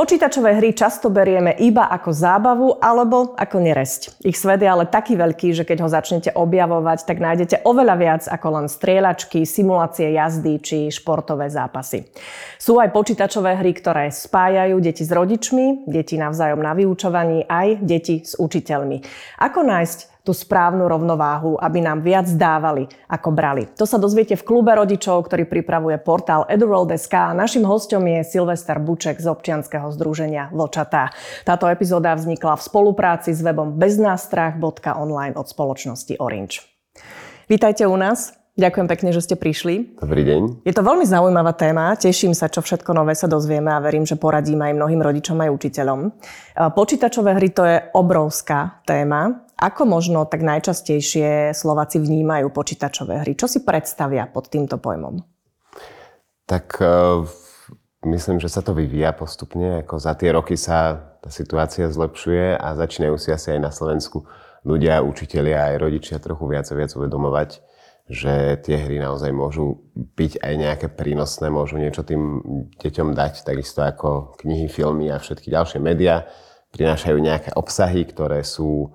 Počítačové hry často berieme iba ako zábavu alebo ako neresť. Ich svet je ale taký veľký, že keď ho začnete objavovať, tak nájdete oveľa viac ako len strieľačky, simulácie jazdy či športové zápasy. Sú aj počítačové hry, ktoré spájajú deti s rodičmi, deti navzájom na vyučovaní, aj deti s učiteľmi. Ako nájsť tú správnu rovnováhu, aby nám viac dávali, ako brali? To sa dozviete v klube rodičov, ktorý pripravuje portál Eduworld.sk a našim hosťom je Silvester Buček z občianskeho združenia Vlčatá. Táto epizóda vznikla v spolupráci s webom beznástrach.online od spoločnosti Orange. Vítajte u nás. Ďakujem pekne, že ste prišli. Dobrý deň. Je to veľmi zaujímavá téma. Teším sa, čo všetko nové sa dozvieme a verím, že poradíme aj mnohým rodičom aj učiteľom. Počítačové hry to je obrovská téma. Ako možno tak najčastejšie Slováci vnímajú počítačové hry? Čo si predstavia pod týmto pojmom? Tak myslím, že sa to vyvíja postupne. Ako za tie roky sa tá situácia zlepšuje a začínajú si asi aj na Slovensku ľudia, učitelia aj rodičia trochu viac a viac uvedomovať, že tie hry naozaj môžu byť aj nejaké prínosné, môžu niečo tým deťom dať, takisto ako knihy, filmy a všetky ďalšie médiá. Prinášajú nejaké obsahy, ktoré sú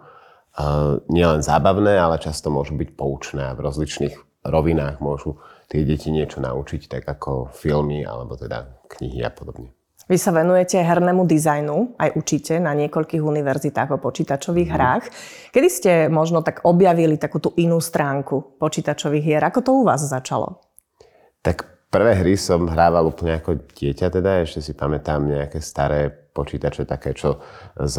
nielen zábavné, ale často môžu byť poučné a v rozličných rovinách môžu tie deti niečo naučiť, tak ako filmy alebo teda knihy a podobne. Vy sa venujete hernému dizajnu, aj učíte na niekoľkých univerzitách o počítačových hrách. Kedy ste možno tak objavili takú tú inú stránku počítačových hier? Ako to u vás začalo? Tak prvé hry som hrával úplne ako dieťa, teda ešte si pamätám nejaké staré počítače, také čo z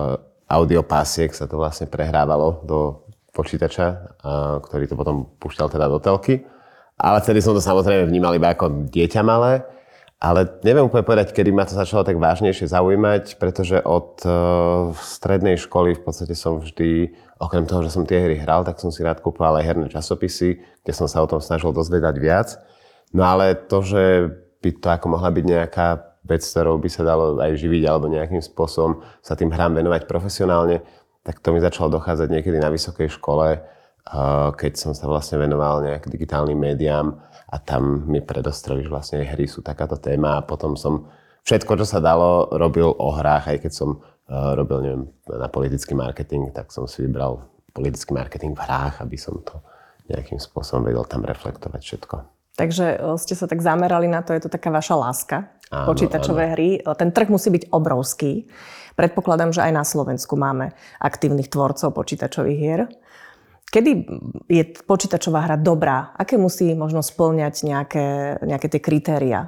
audiopásiek sa to vlastne prehrávalo do počítača, ktorý to potom púšťal teda do telky. Ale vtedy som to samozrejme vnímal iba ako dieťa malé. Ale neviem úplne povedať, kedy ma to začalo tak vážnejšie zaujímať, pretože od strednej školy v podstate som vždy, okrem toho, že som tie hry hral, tak som si rád kúpoval aj herné časopisy, kde som sa o tom snažil dozvedať viac. No ale to, že by to ako mohla byť nejaká vec, ktorou by sa dalo aj živiť alebo nejakým spôsobom sa tým hrám venovať profesionálne, tak to mi začalo dochádzať niekedy na vysokej škole, keď som sa vlastne venoval nejak digitálnym médiám. A tam mi predostreli, že vlastne aj hry sú takáto téma a potom som všetko, čo sa dalo, robil o hrách, aj keď som robil, neviem, na politický marketing, tak som si vybral politický marketing v hrách, aby som to nejakým spôsobom vedel tam reflektovať všetko. Takže ste sa tak zamerali na to, je to taká vaša láska, počítačové hry. Ten trh musí byť obrovský. Predpokladám, že aj na Slovensku máme aktívnych tvorcov počítačových hier. Kedy je počítačová hra dobrá? Aké musí možno spĺňať nejaké tie kritériá?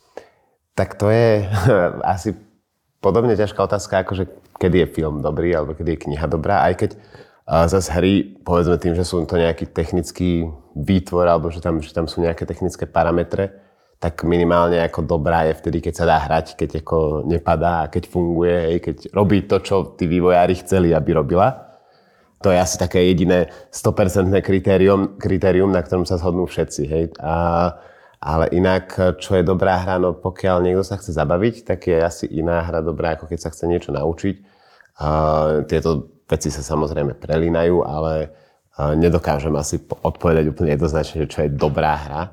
Tak to je asi podobne ťažká otázka, ako že kedy je film dobrý alebo kedy je kniha dobrá. Aj keď zase hry, povedzme tým, že sú to nejaký technický výtvor alebo že tam sú nejaké technické parametre, tak minimálne ako dobrá je vtedy, keď sa dá hrať, keď ako nepadá a keď funguje, keď robí to, čo tí vývojári chceli, aby robila. To je asi také jediné 100% kritérium, na ktorom sa zhodnú všetci. Hej. Ale inak, čo je dobrá hra, no pokiaľ niekto sa chce zabaviť, tak je asi iná hra dobrá, ako keď sa chce niečo naučiť. Tieto veci sa samozrejme prelínajú, ale nedokážem asi odpovedať úplne jednoznačne, čo je dobrá hra,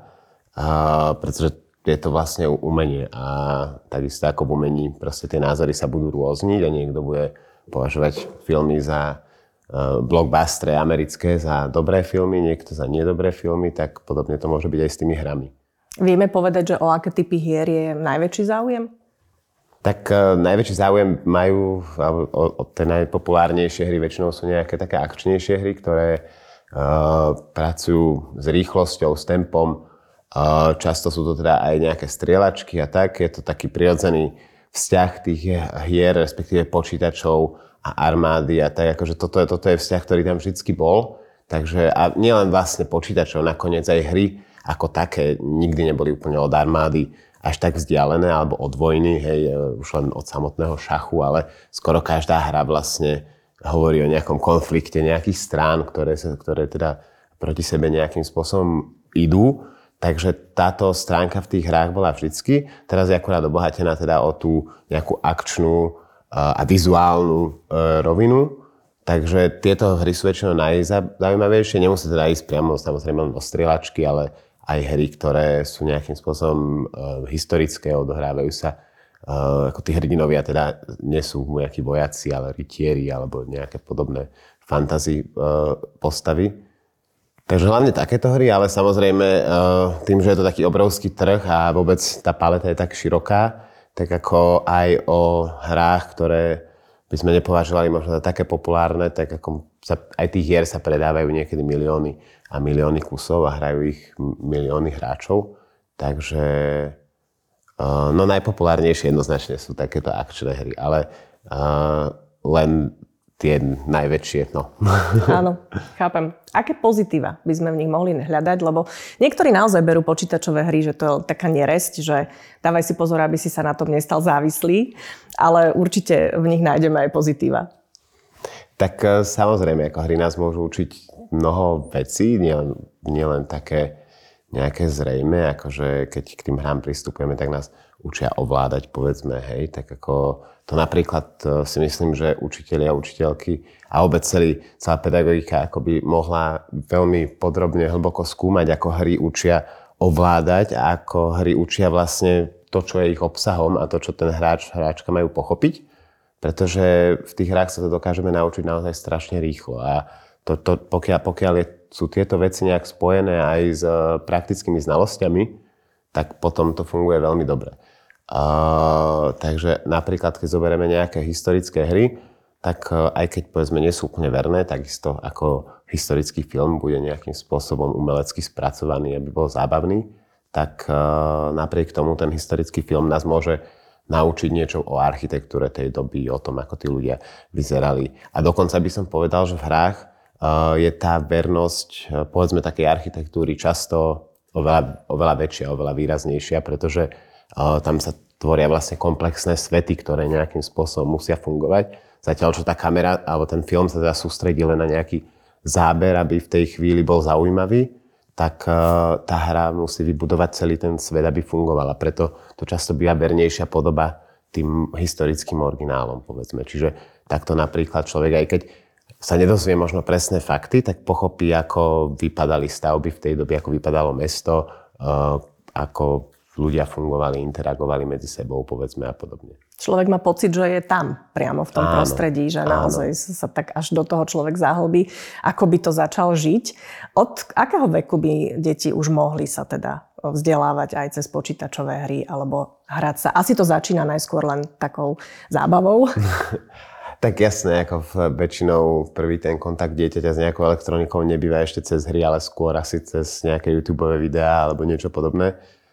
pretože je to vlastne umenie a takisto ako v umení proste tie názory sa budú rôzniť a niekto bude považovať filmy za blockbustery americké za dobré filmy, niekto za nedobré filmy, tak podobne to môže byť aj s tými hrami. Vieme povedať, že o aké typy hier je najväčší záujem? Tak najväčší záujem majú o tie najpopulárnejšie hry, väčšinou sú nejaké také akčnejšie hry, ktoré pracujú s rýchlosťou, s tempom. Často sú to teda aj nejaké strieľačky a tak. Je to taký prirodzený vzťah tých hier, respektíve počítačov a armády a tak, akože toto je vzťah, ktorý tam vždycky bol. Takže a nielen vlastne počítačov, nakoniec aj hry ako také nikdy neboli úplne od armády až tak vzdialené, alebo od vojny, hej, už len od samotného šachu, ale skoro každá hra vlastne hovorí o nejakom konflikte nejakých strán, ktoré teda proti sebe nejakým spôsobom idú. Takže táto stránka v tých hrách bola vždycky. Teraz je akurát obohatená teda o tú nejakú akčnú a vizuálnu rovinu. Takže tieto hry sú väčšinou najzaujímavejšie. Nemusí teda ísť priamo samozrejme o strieľačky, ale aj hry, ktoré sú nejakým spôsobom historické, odohrávajú sa ako tí hrdinovia teda nie sú nejakí vojaci, ale rytieri alebo nejaké podobné fantasy postavy. Takže hlavne takéto hry, ale samozrejme tým, že je to taký obrovský trh a vôbec tá paleta je tak široká, tak ako aj o hrách, ktoré by sme nepovažovali možno za také populárne, tak ako aj tých hier sa predávajú niekedy milióny a milióny kusov a hrajú ich milióny hráčov. Takže no najpopulárnejšie jednoznačne sú takéto akčné hry, ale len tie najväčšie, no. Áno, chápem. Aké pozitíva by sme v nich mohli hľadať? Lebo niektorí naozaj berú počítačové hry, že to je taká neresť, že dávaj si pozor, aby si sa na tom nestal závislý, ale určite v nich nájdeme aj pozitíva. Tak samozrejme, ako hry nás môžu učiť mnoho vecí, nielen také nejaké zrejme, akože keď k tým hrám pristupujeme, tak nás učia ovládať, povedzme, hej, tak ako to napríklad si myslím, že učitelia, učiteľky a vôbec celá pedagogika ako by mohla veľmi podrobne, hlboko skúmať, ako hry učia ovládať a ako hry učia vlastne to, čo je ich obsahom a to, čo ten hráčka majú pochopiť, pretože v tých hrách sa to dokážeme naučiť naozaj strašne rýchlo a pokiaľ sú tieto veci nejak spojené aj s praktickými znalosťami, tak potom to funguje veľmi dobre. Takže napríklad, keď zoberieme nejaké historické hry, tak aj keď povedzme nie sú úplne verné, takisto ako historický film bude nejakým spôsobom umelecky spracovaný, aby bol zábavný, tak napriek tomu ten historický film nás môže naučiť niečo o architektúre tej doby, o tom, ako tí ľudia vyzerali. A dokonca by som povedal, že v hrách je tá vernosť, povedzme, takej architektúry často oveľa väčšia, oveľa výraznejšia, pretože tam sa tvoria vlastne komplexné svety, ktoré nejakým spôsobom musia fungovať. Zatiaľ, čo tá kamera alebo ten film sa teda sústredí len na nejaký záber, aby v tej chvíli bol zaujímavý, tak tá hra musí vybudovať celý ten svet, aby fungovala. Preto to často býva vernejšia podoba tým historickým originálom, povedzme. Čiže takto napríklad človek, aj keď sa nedozvie možno presné fakty, tak pochopí, ako vypadali stavby v tej dobe, ako vypadalo mesto, ako ľudia fungovali, interagovali medzi sebou, povedzme, a podobne. Človek má pocit, že je tam priamo v tom prostredí, že naozaj sa tak až do toho človek zahlbí, ako by to začal žiť. Od akého veku by deti už mohli sa teda vzdelávať aj cez počítačové hry alebo hrať sa? Asi to začína najskôr len takou zábavou. Tak jasné, ako väčšinou prvý ten kontakt dieťaťa s nejakou elektronikou nebýva ešte cez hry, ale skôr asi cez nejaké YouTubeové videá alebo niečo podobné.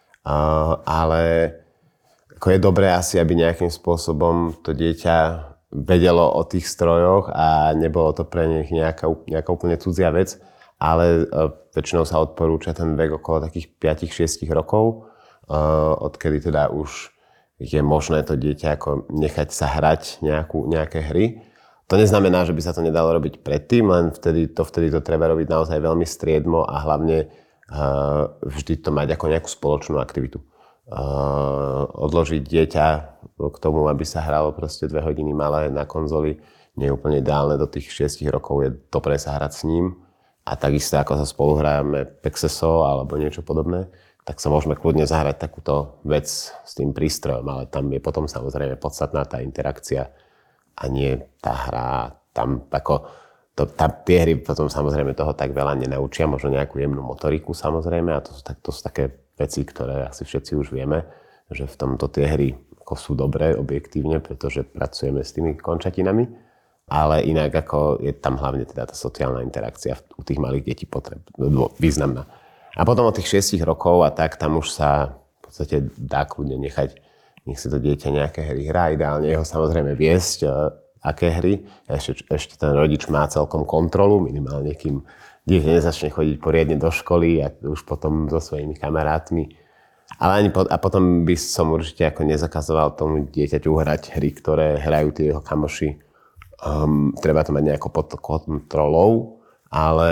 Ale ako je dobré asi, aby nejakým spôsobom to dieťa vedelo o tých strojoch a nebolo to pre nich nejaká úplne cudzia vec, ale väčšinou sa odporúča ten vek okolo takých 5-6 rokov, odkedy teda už je možné to dieťa ako nechať sa hrať nejaké hry. To neznamená, že by sa to nedalo robiť predtým, len vtedy to treba robiť naozaj veľmi striedmo a hlavne vždy to mať ako nejakú spoločnú aktivitu. Odložiť dieťa k tomu, aby sa hralo proste 2 hodiny malé na konzoli, nie je úplne ideálne. Do tých 6 rokov je dobré sa hrať s ním. A takisto ako sa spolu hráme Pexeso alebo niečo podobné, tak sa môžeme kľudne zahrať takúto vec s tým prístrojom, ale tam je potom samozrejme podstatná tá interakcia a nie tá hra. Tam ako tie hry potom samozrejme toho tak veľa nenaučia, možno nejakú jemnú motoriku samozrejme a to sú také veci, ktoré asi všetci už vieme, že v tomto tie hry ako sú dobré objektívne, pretože pracujeme s tými končatinami, ale inak ako je tam hlavne teda tá sociálna interakcia u tých malých detí významná. A potom od tých 6 rokov a tak tam už sa v podstate dá kľudne nech si to dieťa nejaké hry hrá, ideálne jeho samozrejme viesť, aké hry. Ešte ten rodič má celkom kontrolu, minimálne kým dieťa nezačne chodiť poriadne do školy a už potom so svojimi kamarátmi. Ale a potom by som určite ako nezakazoval tomu dieťaťu hrať hry, ktoré hrajú tí jeho kamoši. Treba to mať nejako pod kontrolou, ale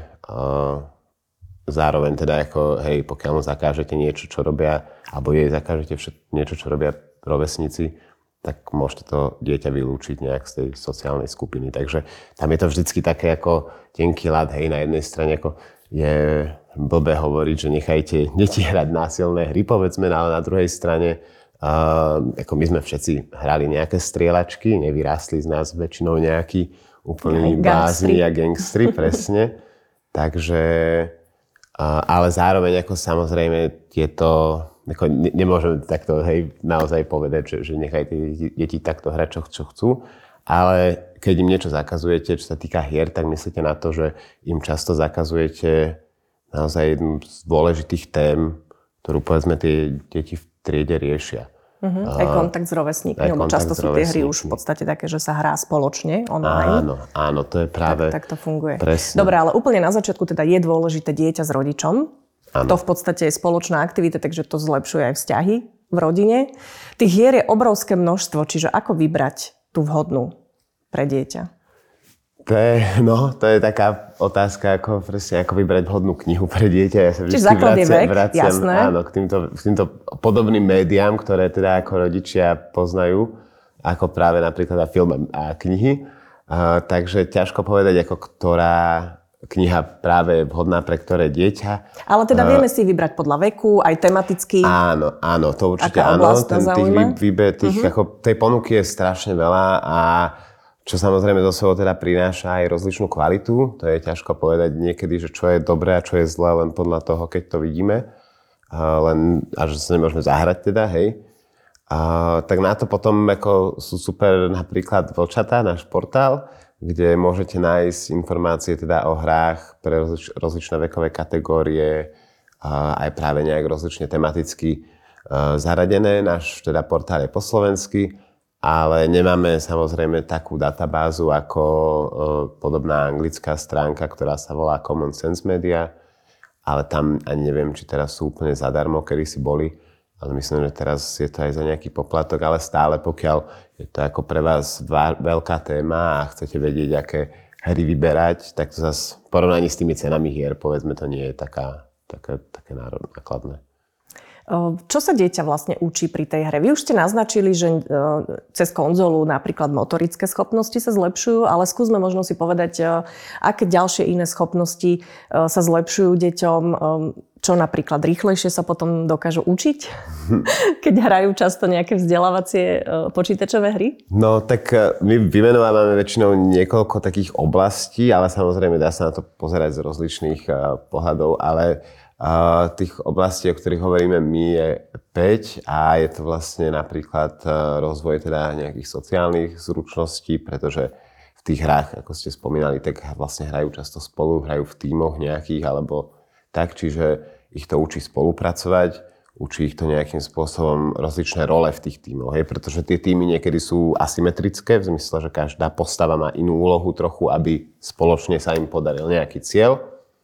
zároveň teda ako, hej, pokiaľ mu zakážete niečo, čo robia, alebo jej zakážete niečo, čo robia rovesníci, tak môžete to dieťa vylúčiť nejak z tej sociálnej skupiny. Takže tam je to vždycky také ako tenký ľad, hej, na jednej strane ako je blbé hovoriť, že nechajte deti hrať násilné hry, povedzme, ale na druhej strane ako my sme všetci hrali nejaké strieľačky, nevyrástli z nás väčšinou nejakí úplní blázni a gangstri, presne. Takže, ale zároveň ako samozrejme tieto, ako nemôžeme takto naozaj povedať, že nechaj tie deti takto hrať, čo chcú. Ale keď im niečo zakazujete, čo sa týka hier, tak myslíte na to, že im často zakazujete naozaj jednu z dôležitých tém, ktorú povedzme tie deti v triede riešia. Aj kontakt s rovesníkmi, lebo často sú tie hry už v podstate také, že sa hrá spoločne online. Áno, to je práve... Tak to funguje. Presne. Dobre, ale úplne na začiatku teda je dôležité dieťa s rodičom. Áno. To v podstate je spoločná aktivita, takže to zlepšuje aj vzťahy v rodine. Tých hier je obrovské množstvo, čiže ako vybrať tú vhodnú pre dieťa? To je taká otázka, ako vybrať vhodnú knihu pre dieťa. Ja sa vždy vraciam áno, k týmto podobným médiám, ktoré teda ako rodičia poznajú, ako práve napríklad film a knihy. Takže ťažko povedať, ako ktorá kniha práve je vhodná pre ktoré dieťa. Ale teda vieme si vybrať podľa veku, aj tematicky. Áno, to určite aká áno. Tej ponuky je strašne veľa a čo samozrejme zo sebou teda prináša aj rozličnú kvalitu. To je ťažko povedať niekedy, že čo je dobré a čo je zlé len podľa toho, keď to vidíme. A že sa nemôžeme zahrať teda, hej. Tak na to potom ako sú super napríklad Vlčatá, náš portál, kde môžete nájsť informácie teda o hrách pre rozličné vekové kategórie, aj práve nejak rozlične tematicky zaradené. Náš teda portál je po slovensky, ale nemáme samozrejme takú databázu ako podobná anglická stránka, ktorá sa volá Common Sense Media, ale tam ani neviem, či teraz sú úplne zadarmo, kedy si boli, ale myslím, že teraz je to aj za nejaký poplatok, ale stále pokiaľ je to ako pre vás veľká téma a chcete vedieť, aké hry vyberať, tak to zase v porovnaní s tými cenami hier, povedzme, to nie je také nákladné. Čo sa dieťa vlastne učí pri tej hre? Vy už ste naznačili, že cez konzolu napríklad motorické schopnosti sa zlepšujú, ale skúsme možno si povedať, aké ďalšie iné schopnosti sa zlepšujú deťom, čo napríklad rýchlejšie sa potom dokážu učiť, keď hrajú často nejaké vzdelávacie počítačové hry? No tak my vymenovávame väčšinou niekoľko takých oblastí, ale samozrejme dá sa na to pozerať z rozličných pohľadov, ale tých oblastí, o ktorých hovoríme my, je 5 a je to vlastne napríklad rozvoj teda nejakých sociálnych zručností, pretože v tých hrách, ako ste spomínali, tak vlastne hrajú často spolu, hrajú v tímoch nejakých alebo tak, čiže ich to učí spolupracovať, učí ich to nejakým spôsobom rozličné role v tých tímoch, pretože tie tímy niekedy sú asymetrické, v zmysle, že každá postava má inú úlohu trochu, aby spoločne sa im podaril nejaký cieľ.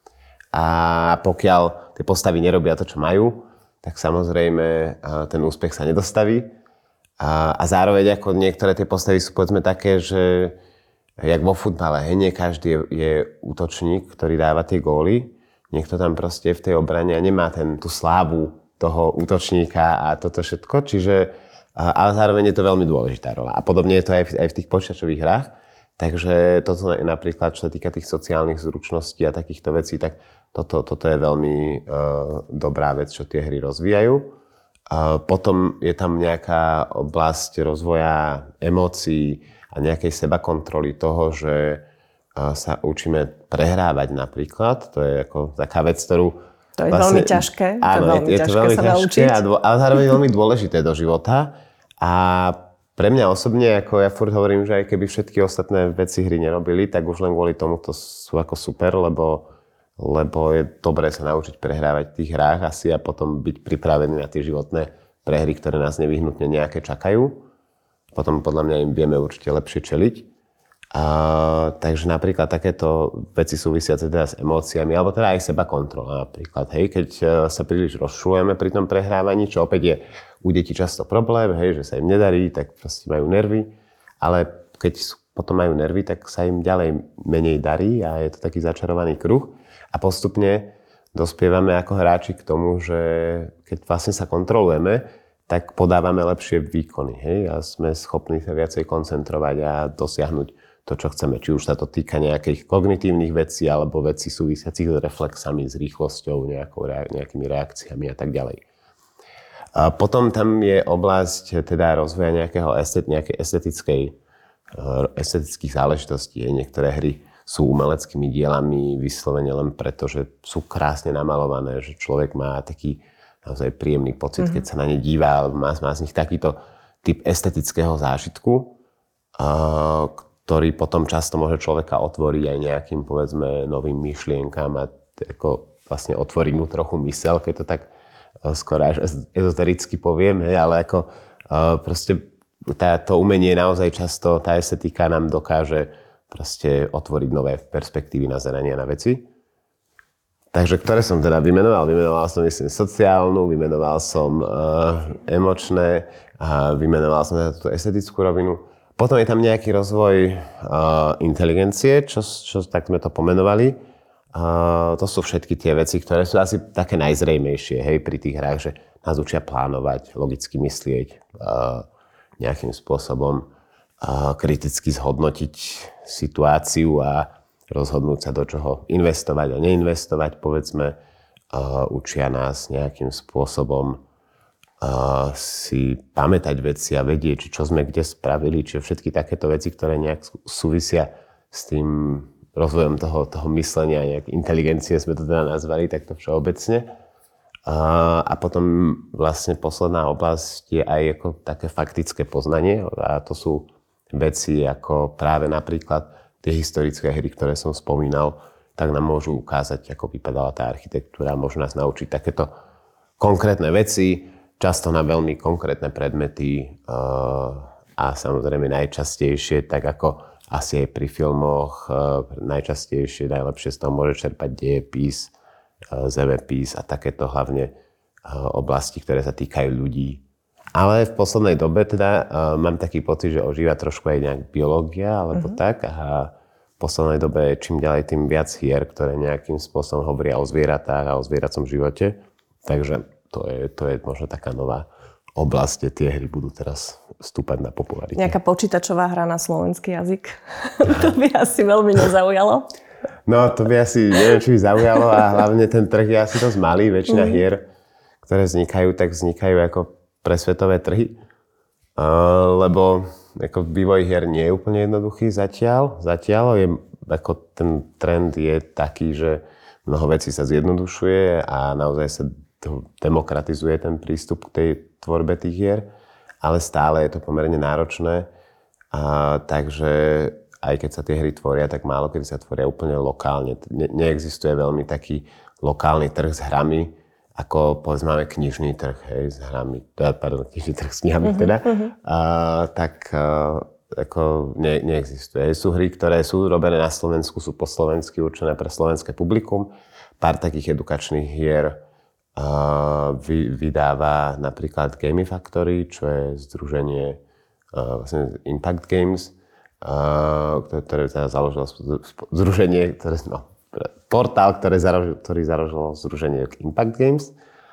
A pokiaľ tie postavy nerobia to, čo majú, tak samozrejme ten úspech sa nedostaví. A zároveň ako niektoré tie postavy sú povedzme také, že jak vo futbale, nie každý je útočník, ktorý dáva tie góly. Niekto tam proste v tej obrane nemá tú slávu toho útočníka a toto všetko. Ale zároveň je to veľmi dôležitá rola. A podobne je to aj v tých počítačových hrách. Takže toto je napríklad, čo sa týka tých sociálnych zručností a takýchto vecí, tak toto je veľmi dobrá vec, čo tie hry rozvíjajú. Potom je tam nejaká oblasť rozvoja emócií a nejakej sebakontroly toho, že sa učíme prehrávať napríklad. To je ako taká vec, ktorú... To je veľmi ťažké. Áno, je to veľmi ťažké, ale zároveň veľmi dôležité do života. A pre mňa osobne, ako ja furt hovorím, že aj keby všetky ostatné veci hry nerobili, tak už len kvôli tomu to sú ako super, lebo je dobré sa naučiť prehrávať v tých hrách asi a potom byť pripravený na tie životné prehry, ktoré nás nevyhnutne nejaké čakajú. Potom podľa mňa im vieme určite lepšie čeliť. Takže napríklad takéto veci súvisia teda s emóciami, alebo teda aj seba kontrola napríklad. Keď sa príliš rozšulujeme pri tom prehrávaní, čo opäť je u detí často problém, že sa im nedarí, tak proste majú nervy, ale keď potom majú nervy, tak sa im ďalej menej darí a je to taký začarovaný kruh. A postupne dospievame ako hráči k tomu, že keď vlastne sa kontrolujeme, tak podávame lepšie výkony. A sme schopní sa viacej koncentrovať a dosiahnuť to, čo chceme. Či už sa to týka nejakých kognitívnych vecí, alebo vecí súvisiacich s reflexami, s rýchlosťou, nejakými reakciami a tak ďalej. A potom tam je oblasť teda rozvoja nejakej estetických záležitostí. Niektoré hry sú umeleckými dielami vyslovene len preto, že sú krásne namalované, že človek má taký naozaj príjemný pocit, keď sa na ne dívá, má z nich takýto typ estetického zážitku, ktorý potom často môže človeka otvoriť aj nejakým, povedzme, novým myšlienkám a ako vlastne otvorí mu trochu myseľ, keď to tak skoro až ezotericky poviem, ale ako proste to umenie naozaj často, tá estetika nám dokáže proste otvoriť nové perspektívy nazerania na veci. Takže ktoré som teda vymenoval? Vymenoval som, myslím, sociálnu, vymenoval som emočné a vymenoval som teda tú estetickú rovinu. Potom je tam nejaký rozvoj inteligencie, čo tak sme to pomenovali. To sú všetky tie veci, ktoré sú asi také najzrejmejšie, hej, pri tých hrách, že nás učia plánovať, logicky myslieť, nejakým spôsobom kriticky zhodnotiť situáciu a rozhodnúť sa, do čoho investovať a neinvestovať, povedzme. Učia nás nejakým spôsobom si pamätať veci a vedieť, čo sme kde spravili, čiže všetky takéto veci, ktoré nejak súvisia s tým rozvojom toho myslenia, nejak inteligencie sme to teda nazvali, takto všeobecne. A potom vlastne posledná oblasť je aj ako také faktické poznanie a to sú veci ako práve napríklad tie historické hry, ktoré som spomínal, tak nám môžu ukázať, ako vypadala tá architektúra, môžu nás naučiť takéto konkrétne veci, často na veľmi konkrétne predmety a samozrejme najčastejšie, tak ako asi aj pri filmoch, najčastejšie, najlepšie z toho môže čerpať dejepis, zemepis a takéto hlavne oblasti, ktoré sa týkajú ľudí. Ale v poslednej dobe teda mám taký pocit, že ožíva trošku aj nejak biológia alebo tak a v poslednej dobe čím ďalej tým viac hier, ktoré nejakým spôsobom hovoria o zvieratách a o zvieracom živote. Takže to je možno taká nová oblasti, tie hry budú teraz vstúpať na popularite. Nejaká počítačová hra na slovenský jazyk? To by asi veľmi nezaujalo. No, to by asi, neviem, či by zaujalo a hlavne ten trh je asi dosť malý. Väčšina hier, ktoré vznikajú, tak vznikajú ako pre svetové trhy. Lebo ako vývoj hier nie je úplne jednoduchý zatiaľ. Zatiaľ je, ako ten trend je taký, že mnoho vecí sa zjednodušuje a naozaj sa demokratizuje ten prístup k tej tvorbe tých hier, ale stále je to pomerne náročné. Takže aj keď sa tie hry tvoria, tak málo kedy sa tvoria úplne lokálne. Neexistuje veľmi taký lokálny trh s hrami, ako povedzme máme knižný trh, hej, s hrami, knižný trh s knihami teda. Ako neexistuje. Sú hry, ktoré sú robené na Slovensku, sú po slovensky určené pre slovenské publikum. Pár takých edukačných hier vydáva napríklad Gamifactory, čo je združenie vlastne Impact Games, ktoré teda založilo združenie, portál, ktorý založilo združenie Impact Games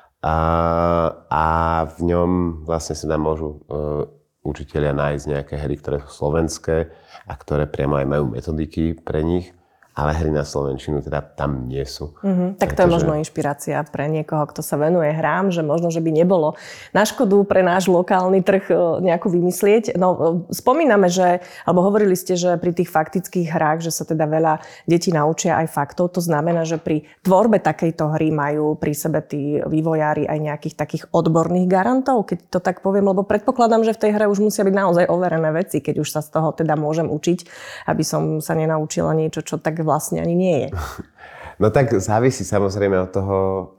a v ňom vlastne sa tam môžu učitelia nájsť nejaké hry, ktoré sú slovenské a ktoré priamo aj majú metodiky pre nich. Ale hry na slovenčinu teda tam nie sú. Tak to je možno inšpirácia pre niekoho, kto sa venuje hrám, že možno, že by nebolo na škodu pre náš lokálny trh nejako vymyslieť. No, spomíname, alebo hovorili ste, že pri tých faktických hrách, že sa teda veľa detí naučia aj faktov. To znamená, že pri tvorbe takejto hry majú pri sebe tí vývojári aj nejakých takých odborných garantov, keď to tak poviem, lebo predpokladám, že v tej hre už musia byť naozaj overené veci, keď už sa z toho teda môžem učiť, aby som sa nenaučila niečo, čo tak vlastne ani nie je. No tak závisí samozrejme od toho,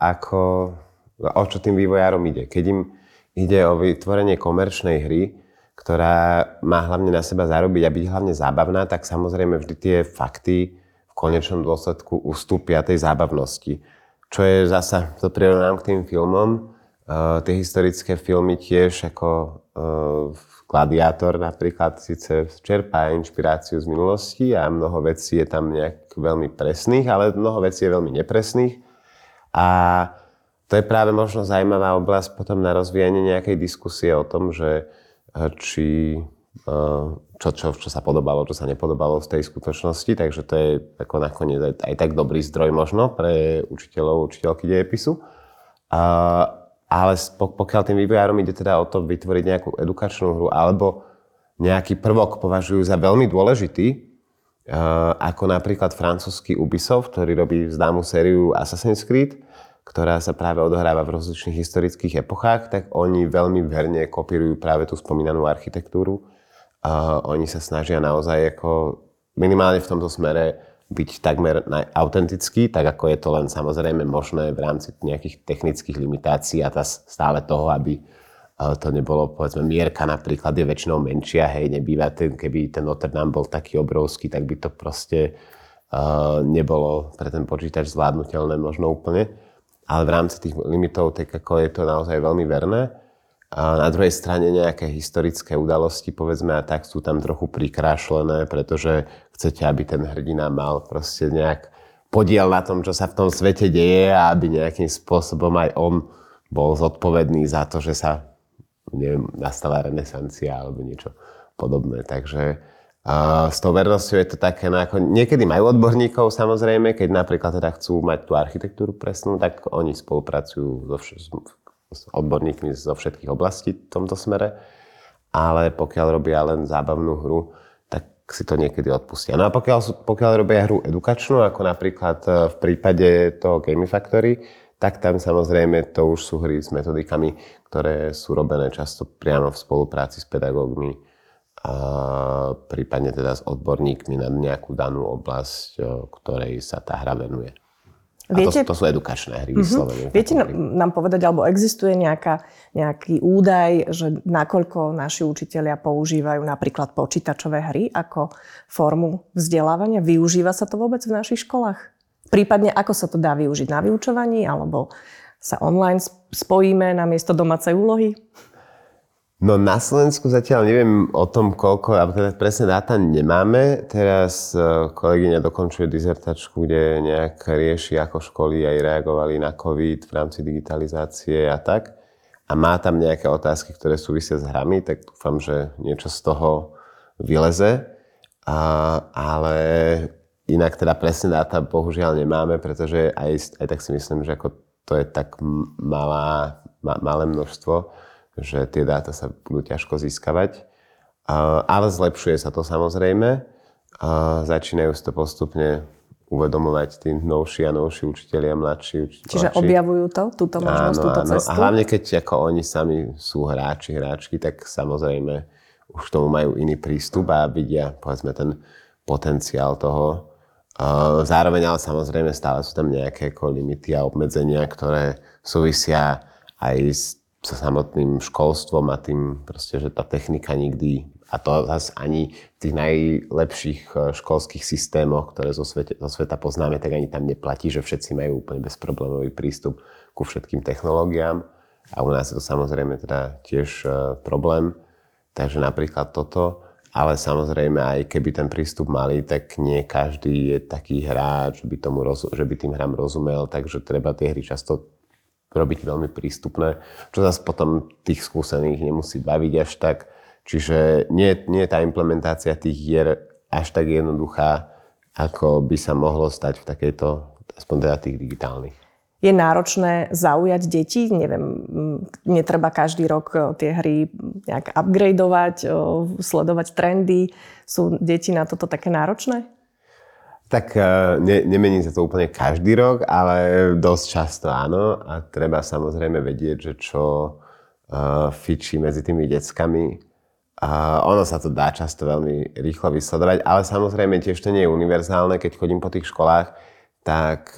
o čo tým vývojárom ide. Keď im ide o vytvorenie komerčnej hry, ktorá má hlavne na seba zarobiť a byť hlavne zábavná, tak samozrejme vždy tie fakty v konečnom dôsledku ustúpia tej zábavnosti. Čo je zasa, to prirovnám k tým filmom. Tie historické filmy tiež ako Gladiátor napríklad síce čerpá inšpiráciu z minulosti a mnoho vecí je tam nejak veľmi presných, ale mnoho vecí je veľmi nepresných. A to je práve možno zaujímavá oblasť potom na rozvíjanie nejakej diskusie o tom, že čo sa podobalo, čo sa nepodobalo z tej skutočnosti. Takže to je ako nakoniec aj tak dobrý zdroj možno pre učiteľov, učiteľky dejepisu. ale pokiaľ tým vývojárom ide teda o to vytvoriť nejakú edukačnú hru alebo nejaký prvok považujú za veľmi dôležitý, ako napríklad francúzsky Ubisoft, ktorý robí známu sériu Assassin's Creed, ktorá sa práve odohráva v rozličných historických epochách, tak oni veľmi verne kopírujú práve tú spomínanú architektúru. Oni sa snažia naozaj ako minimálne v tomto smere byť takmer autentický, tak ako je to len samozrejme možné v rámci nejakých technických limitácií a stále toho, aby to nebolo, povedzme, mierka napríklad je väčšinou menšia, hej, nebýva keby ten Notre Dame bol taký obrovský, tak by to proste nebolo pre ten počítač zvládnutelné možno úplne. Ale v rámci tých limitov, tak ako je to naozaj veľmi verné. A na druhej strane nejaké historické udalosti, povedzme, a tak sú tam trochu prikrášlené, pretože chcete, aby ten hrdina mal proste nejak podiel na tom, čo sa v tom svete deje a aby nejakým spôsobom aj on bol zodpovedný za to, že sa nastala renesancia alebo niečo podobné. Takže s tou vernosťou je to také, niekedy majú odborníkov samozrejme, keď napríklad teda chcú mať tú architektúru presnú, tak oni spolupracujú s odborníkmi zo všetkých oblastí v tomto smere, ale pokiaľ robia len zábavnú hru, tak si to niekedy odpustia. No a pokiaľ robia hru edukačnú, ako napríklad v prípade toho Gamifactory, tak tam samozrejme to už sú hry s metodikami, ktoré sú robené často priamo v spolupráci s pedagógmi a prípadne teda s odborníkmi na nejakú danú oblasť, ktorej sa tá hra venuje. Viete, to sú edukačné hry vyslovene. Viete nám povedať, alebo existuje nejaký údaj, že nakoľko naši učitelia používajú napríklad počítačové hry ako formu vzdelávania? Využíva sa to vôbec v našich školách? Prípadne ako sa to dá využiť na vyučovaní, alebo sa online spojíme namiesto domácej úlohy? No na Slovensku zatiaľ neviem o tom, koľko, alebo teda presne dáta nemáme. Teraz kolegyňa dokončuje dizertačku, kde nejak rieši, ako školy aj reagovali na COVID v rámci digitalizácie a tak. A má tam nejaké otázky, ktoré súvisia s hrami, tak dúfam, že niečo z toho vyleze. Ale inak teda presne dáta bohužiaľ nemáme, pretože aj tak si myslím, že ako to je tak malé množstvo, že tie dáta sa budú ťažko získavať. Ale zlepšuje sa to samozrejme. Začínajú si to postupne uvedomovať tí novší a novší učitelia, mladší učiteľi. Čiže objavujú túto možnosť, túto cestu? A hlavne keď ako oni sami sú hráčky, tak samozrejme už k tomu majú iný prístup a vidia, povedzme, ten potenciál toho. Zároveň ale samozrejme stále sú tam nejaké limity a obmedzenia, ktoré súvisia aj so samotným školstvom a tým proste, že tá technika nikdy, a to zase ani v tých najlepších školských systémoch, ktoré zo sveta poznáme, tak ani tam neplatí, že všetci majú úplne bezproblémový prístup ku všetkým technológiám. A u nás je to samozrejme teda tiež problém. Takže napríklad toto. Ale samozrejme, aj keby ten prístup mali, tak nie každý je taký hráč, že by tým hrám rozumel, takže treba tie hry často robiť veľmi prístupné, čo zase potom tých skúsených nemusí baviť až tak. Čiže nie je tá implementácia tých hier až tak jednoduchá, ako by sa mohlo stať v takejto, aspoň teda tých digitálnych. Je náročné zaujať deti? Neviem, netreba každý rok tie hry nejak upgradeovať, sledovať trendy. Sú deti na toto také náročné? Tak nemení sa to úplne každý rok, ale dosť často áno. A treba samozrejme vedieť, že čo fičí medzi tými deckami. Ono sa to dá často veľmi rýchlo vysledovať, ale samozrejme tiež to nie je univerzálne, keď chodím po tých školách, tak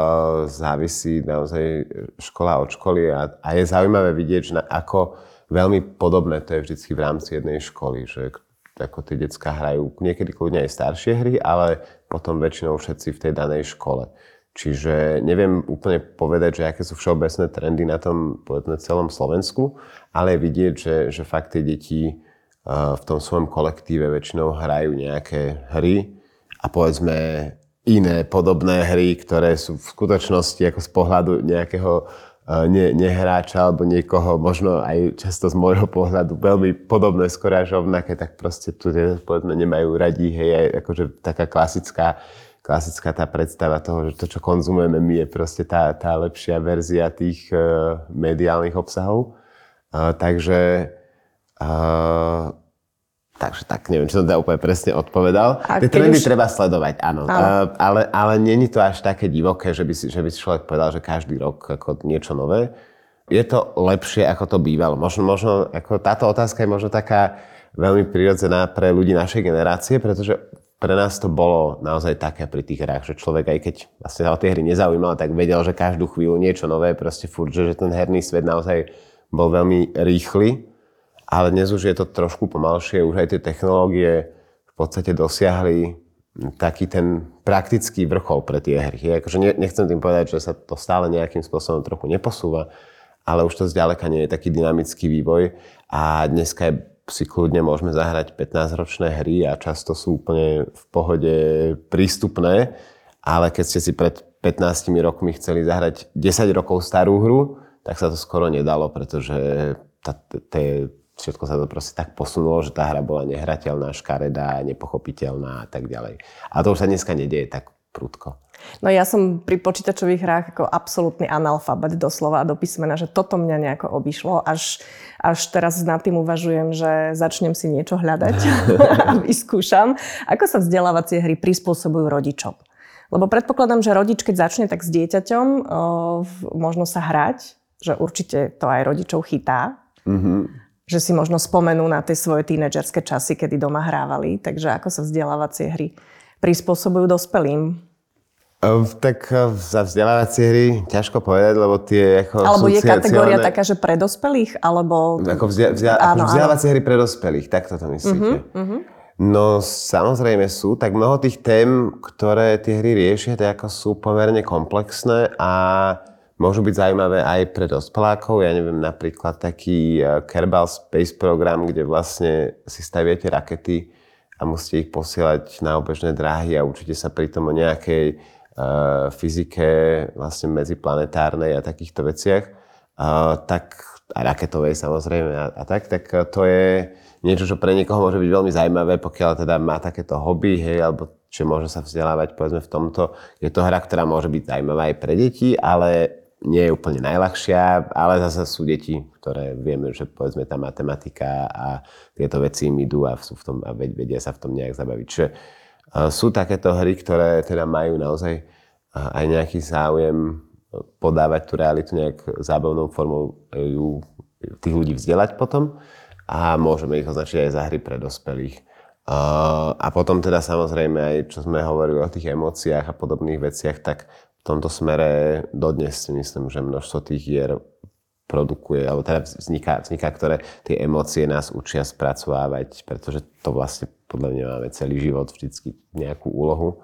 závisí naozaj škola od školy a je zaujímavé vidieť, že ako veľmi podobné to je vždycky v rámci jednej školy, že ako tie decká hrajú niekedy kľudne aj staršie hry, ale potom väčšinou všetci v tej danej škole. Čiže neviem úplne povedať, že aké sú všeobecné trendy na tom, povedzme, celom Slovensku, ale je vidieť, že fakt tie deti v tom svojom kolektíve väčšinou hrajú nejaké hry a povedzme iné podobné hry, ktoré sú v skutočnosti ako z pohľadu nejakého nehráča alebo niekoho, možno aj často z môjho pohľadu veľmi podobné, skoro až rovnaké, tak proste tu povedzme nemajú radi, hej, aj akože taká klasická klasická tá predstava toho, že to, čo konzumujeme my, je proste tá lepšia verzia tých mediálnych obsahov. Takže tak, neviem, či som to úplne presne odpovedal. Tie trendy treba sledovať, áno. Ale není to až také divoké, že by si človek povedal, že každý rok ako niečo nové. Je to lepšie, ako to bývalo. Možno ako táto otázka je možno taká veľmi prirodzená pre ľudí našej generácie, pretože pre nás to bolo naozaj také pri tých hrách, že človek aj keď vlastne sa o tie hry nezaujímal, tak vedel, že každú chvíľu niečo nové, proste furt, že ten herný svet naozaj bol veľmi rýchly. Ale dnes už je to trošku pomalšie, už aj tie technológie v podstate dosiahli taký ten praktický vrchol pre tie hry. Akože nechcem tým povedať, že sa to stále nejakým spôsobom trochu neposúva, ale už to zďaleka nie je taký dynamický vývoj a dneska si kľudne môžeme zahrať 15-ročné hry a často sú úplne v pohode prístupné, ale keď ste si pred 15 rokmi chceli zahrať 10 rokov starú hru, tak sa to skoro nedalo, pretože všetko sa to proste tak posunulo, že tá hra bola nehrateľná, škaredá, nepochopiteľná a tak ďalej. A to už sa dneska nedieje tak prudko. No ja som pri počítačových hrách ako absolútny analfabet doslova a do písmena, že toto mňa nejako obišlo. Až teraz nad tým uvažujem, že začnem si niečo hľadať a vyskúšam. Ako sa vzdelávacie hry prispôsobujú rodičom? Lebo predpokladám, že rodič, keď začne tak s dieťaťom možno sa hrať, že určite to aj rodičov chytá. Že si možno spomenú na tie svoje tínedžerské časy, kedy doma hrávali. Takže ako sa vzdelávacie hry prispôsobujú dospelým? Tak za vzdelávacie hry ťažko povedať, lebo tie ako alebo je kategória taká, že pre dospelých? Alebo ako vzdelávacie hry pre dospelých, tak toto myslíte? No samozrejme sú, tak mnoho tých tém, ktoré tie hry riešia, tak ako sú pomerne komplexné a môžu byť zaujímavé aj pre dospelákov. Ja neviem, napríklad taký Kerbal Space Program, kde vlastne si staviate rakety a musíte ich posielať na obežné dráhy a učíte sa pritom o nejakej fyzike vlastne medziplanetárnej a takýchto veciach. Tak a raketovej samozrejme a tak to je niečo, čo pre niekoho môže byť veľmi zaujímavé, pokiaľ teda má takéto hobby, hej, alebo čo môže sa vzdelávať, povedzme v tomto. Je to hra, ktorá môže byť zaujímavá aj pre deti, ale nie je úplne najľahšia, ale zase sú deti, ktoré vieme, že povedzme tá matematika a tieto veci im idú a sú v tom a vedia sa v tom nejak zabaviť. Čiže sú takéto hry, ktoré teda majú naozaj aj nejaký záujem podávať tú realitu nejak zábavnou formou ju tých ľudí vzdelať potom a môžeme ich označiť aj za hry pre dospelých. A potom teda samozrejme aj, čo sme hovorili o tých emóciách a podobných veciach, tak v tomto smere dodnes si myslím, že množstvo tých hier produkuje, alebo teda vzniká, ktoré tie emócie nás učia spracovávať, pretože to vlastne podľa mňa máme celý život vždycky nejakú úlohu.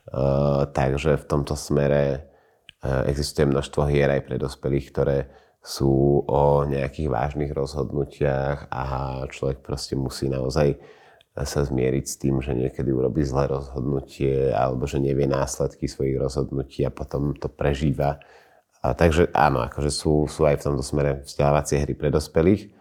Takže v tomto smere existuje množstvo hier aj pre dospelých, ktoré sú o nejakých vážnych rozhodnutiach a človek proste musí naozaj sa zmieriť s tým, že niekedy urobí zlé rozhodnutie alebo že nevie následky svojich rozhodnutí a potom to prežíva. Takže áno, akože sú aj v tomto smere vzdelávacie hry pre dospelých.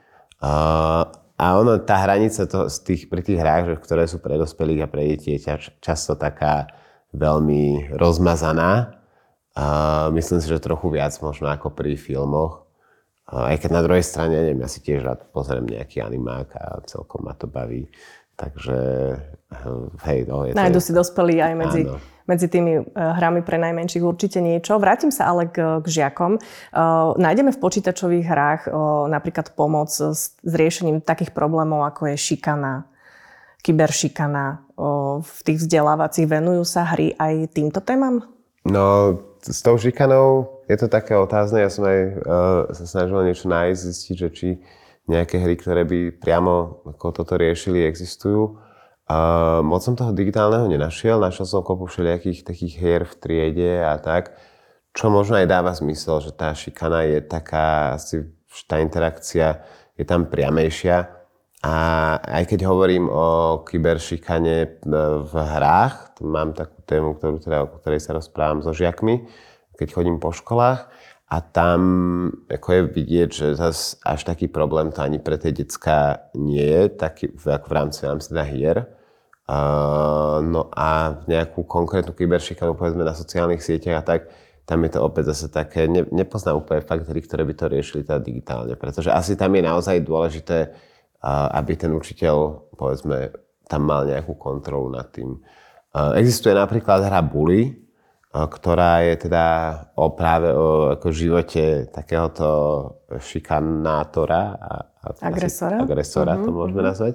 A ono, tá hranica pri tých hrách, že, ktoré sú pre dospelých a pre deti, je často taká veľmi rozmazaná. Myslím si, že trochu viac možno ako pri filmoch. Aj keď na druhej strane, neviem, ja si tiež rád pozriem nejaký animák a celkom ma to baví. Takže, hej, no, je to... Nájdu si dospelí aj medzi tými hrami pre najmenších určite niečo. Vrátim sa ale k žiakom. Nájdeme v počítačových hrách napríklad pomoc s riešením takých problémov, ako je šikana, kyberšikana. V tých vzdelávacích venujú sa hry aj týmto témam? No, s tou šikanou je to také otázne. Ja som aj sa snažil niečo nájsť, zistiť, že či nejaké hry, ktoré by priamo ako toto riešili, existujú. Moc som toho digitálneho nenašiel. Našiel som kopu všelijakých takých hier v triede a tak, čo možno aj dáva zmysel, že tá šikana je taká, asi tá interakcia je tam priamejšia. A aj keď hovorím o kyberšikane v hrách, mám takú tému, o ktorej sa rozprávam so žiakmi, keď chodím po školách. A tam ako je vidieť, že zase až taký problém to ani pre tie decká nie je, taký v rámci teda hier. No a nejakú konkrétnu kyberšikanu, povedzme na sociálnych sieťach a tak, tam je to opäť zase také, nepoznám úplne faktory, ktoré by to riešili teda digitálne, pretože asi tam je naozaj dôležité, aby ten učiteľ, povedzme, tam mal nejakú kontrolu nad tým. Existuje napríklad hra Bully, ktorá je teda práve o ako živote takéhoto šikanátora. Agresora to môžeme nazvať.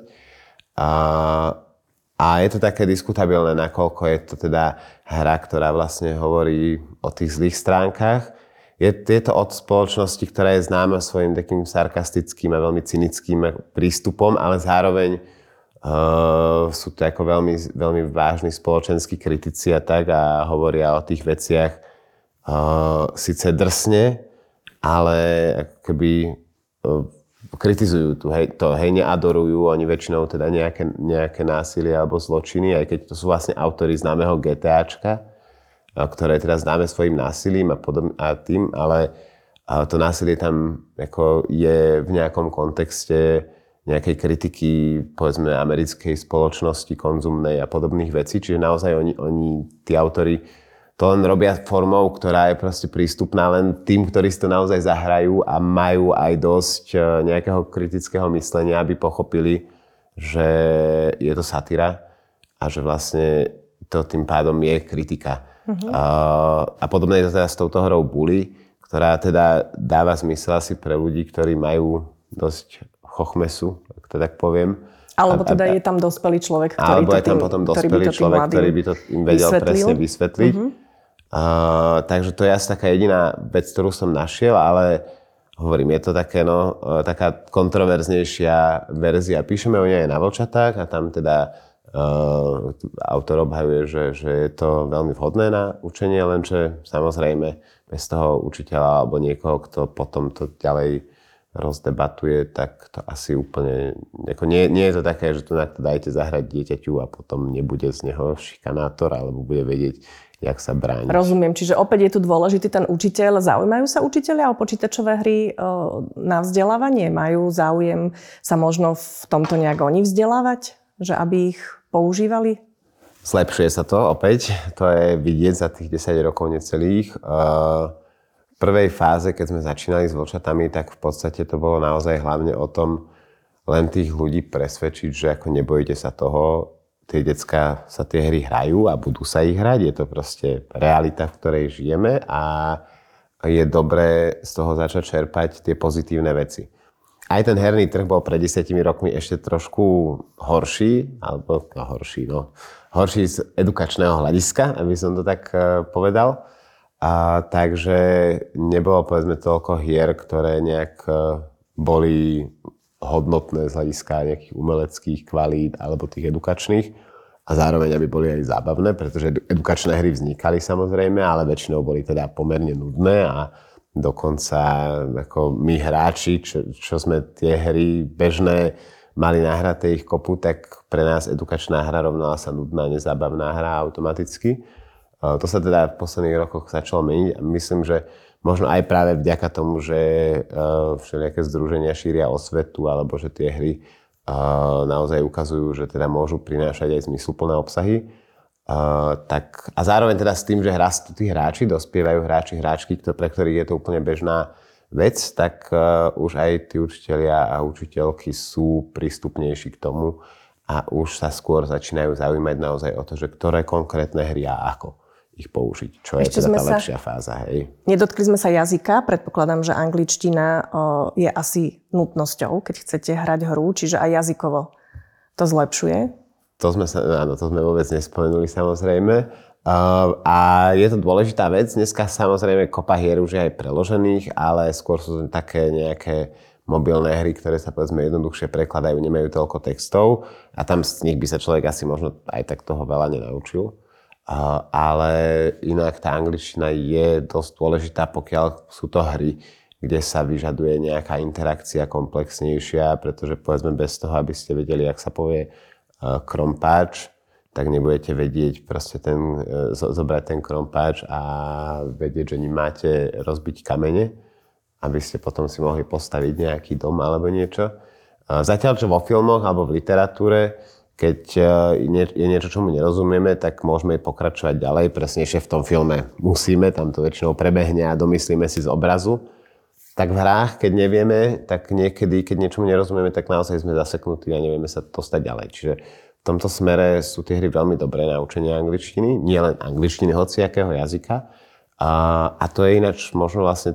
A je to také diskutabilné, nakoľko je to teda hra, ktorá vlastne hovorí o tých zlých stránkach. Je to od spoločnosti, ktorá je známa svojím takým sarkastickým a veľmi cynickým prístupom, ale zároveň sú to ako veľmi, veľmi vážni spoločenskí kritici a tak a hovoria o tých veciach síce drsne, ale ako keby kritizujú to, neadorujú oni väčšinou teda nejaké násilie alebo zločiny, aj keď to sú vlastne autori známeho GTAčka, ktoré teda známe svojim násilím a tým, ale to násilie tam ako je v nejakom kontexte nejakej kritiky, povedzme, americkej spoločnosti, konzumnej a podobných vecí. Čiže naozaj oni tí autori, to len robia formou, ktorá je proste prístupná len tým, ktorí si to naozaj zahrajú a majú aj dosť nejakého kritického myslenia, aby pochopili, že je to satíra a že vlastne to tým pádom je kritika. A podobne je to teda s touto hrou Bully, ktorá teda dáva zmysel asi pre ľudí, ktorí majú dosť chochmesu, ak to tak poviem. Alebo teda je tam dospelý človek, ktorý alebo je tam potom dospelý človek, ktorý by to im vedel presne vysvetliť. Takže to je asi taká jediná vec, ktorú som našiel, ale hovorím, je to také, taká kontroverznejšia verzia. Píšeme o nej aj na Vlčatách a tam teda autor obhajuje, že je to veľmi vhodné na učenie, lenže samozrejme bez toho učiteľa alebo niekoho, kto potom to ďalej rozdebatuje, tak to asi úplne, ako nie je to také, že to dajte zahrať dieťaťu a potom nebude z neho šikanátor, alebo bude vedieť, jak sa brániť. Rozumiem, čiže opäť je tu dôležitý ten učiteľ. Zaujímajú sa učitelia o počítačové hry na vzdelávanie? Majú záujem sa možno v tomto nejak oni vzdelávať? Že aby ich používali? Zlepšuje sa to opäť. To je vidieť za tých 10 rokov necelých. V prvej fáze, keď sme začínali s Vlčatami, tak v podstate to bolo naozaj hlavne o tom len tých ľudí presvedčiť, že ako nebojte sa toho, tie decká sa tie hry hrajú a budú sa ich hrať. Je to proste realita, v ktorej žijeme a je dobré z toho začať čerpať tie pozitívne veci. Aj ten herný trh bol pred 10 rokmi ešte trošku horší, horší z edukačného hľadiska, aby som to tak povedal. Takže nebolo, povedzme, toľko hier, ktoré nejak boli hodnotné z hľadiska nejakých umeleckých kvalít alebo tých edukačných. A zároveň, aby boli aj zábavné, pretože edukačné hry vznikali samozrejme, ale väčšinou boli teda pomerne nudné a dokonca ako my hráči, čo sme tie hry bežné mali nahraté ich kopu, tak pre nás edukačná hra rovnala sa nudná, nezábavná hra automaticky. To sa teda v posledných rokoch začalo meniť a myslím, že možno aj práve vďaka tomu, že všelijaké združenia šíria osvetu alebo že tie hry naozaj ukazujú, že teda môžu prinášať aj zmysluplné obsahy. A zároveň teda s tým, že rastú tí hráči, dospievajú hráčky, pre ktorých je to úplne bežná vec, tak už aj tí učitelia a učiteľky sú prístupnejší k tomu a už sa skôr začínajú zaujímať naozaj o to, že ktoré konkrétne hry a ako ich použiť, čo je teda tá lepšia fáza. Hej. Nedotkli sme sa jazyka, predpokladám, že angličtina je asi nutnosťou, keď chcete hrať hru, čiže aj jazykovo to zlepšuje. To sme vôbec nespomenuli samozrejme. A je to dôležitá vec. Dneska samozrejme kopa hier už je aj preložených, ale skôr sú to také nejaké mobilné hry, ktoré sa povedzme jednoduchšie prekladajú, nemajú toľko textov a tam z nich by sa človek asi možno aj tak toho veľa nenaučil. Ale inak tá angličtina je dosť dôležitá, pokiaľ sú to hry, kde sa vyžaduje nejaká interakcia komplexnejšia, pretože povedzme bez toho, aby ste vedeli, jak sa povie krompáč, tak nebudete vedieť proste zobrať ten krompáč a vedieť, že nemáte rozbiť kamene, aby ste potom si mohli postaviť nejaký dom alebo niečo. Zatiaľ, čo vo filmoch alebo v literatúre keď je niečo, čomu nerozumieme, tak môžeme pokračovať ďalej. Presnejšie v tom filme musíme, tam to väčšinou prebehne a domyslíme si z obrazu. Tak v hrách, keď nevieme, tak niekedy, keď niečomu nerozumieme, tak naozaj sme zaseknutí a nevieme sa dostať ďalej. Čiže v tomto smere sú tie hry veľmi dobré na učenie angličtiny, nie len angličtiny, hociakého jazyka. A to je ináč možno vlastne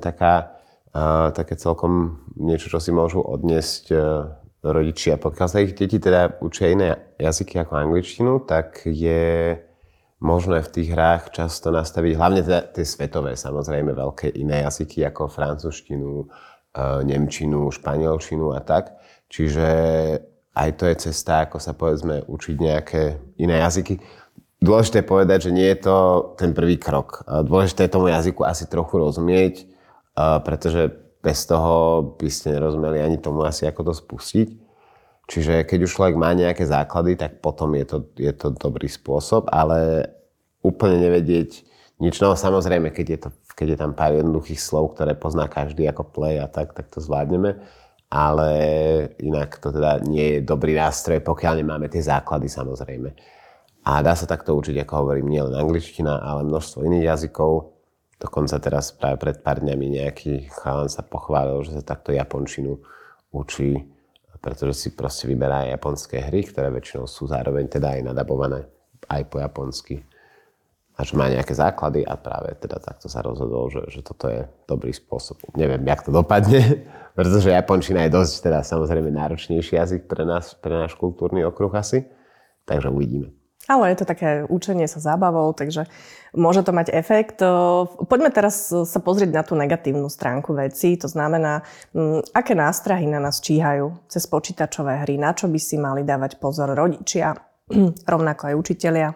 také celkom niečo, čo si môžu odniesť rodičia. Pokiaľ sa ich deti teda učia iné jazyky ako angličtinu, tak je možné v tých hrách často nastaviť, hlavne teda tie svetové, samozrejme veľké iné jazyky ako francúzštinu, nemčinu, španielčinu a tak. Čiže aj to je cesta, ako sa povedzme učiť nejaké iné jazyky. Dôležité je povedať, že nie je to ten prvý krok. Dôležité je tomu jazyku asi trochu rozumieť, pretože bez toho by ste nerozumeli ani tomu asi, ako to spustiť. Čiže keď už človek má nejaké základy, tak potom je to dobrý spôsob, ale úplne nevedieť nič. No samozrejme, keď je tam pár jednoduchých slov, ktoré pozná každý ako play a tak to zvládneme. Ale inak to teda nie je dobrý nástroj, pokiaľ nemáme tie základy samozrejme. A dá sa takto učiť, ako hovorím, nie len angličtina, ale množstvo iných jazykov. Dokonca teraz práve pred pár dňami nejaký chalan sa pochválil, že sa takto japončinu učí, pretože si proste vyberá japonské hry, ktoré väčšinou sú zároveň teda aj nadabované aj po japonsky. A že má nejaké základy a práve teda takto sa rozhodol, že toto je dobrý spôsob. Neviem, jak to dopadne, pretože japončina je dosť teda samozrejme náročnejší jazyk pre náš kultúrny okruh asi. Takže uvidíme. Ale je to také učenie sa zábavou, takže môže to mať efekt. Poďme teraz sa pozrieť na tú negatívnu stránku veci. To znamená, aké nástrahy na nás číhajú cez počítačové hry, na čo by si mali dávať pozor rodičia, rovnako aj učitelia.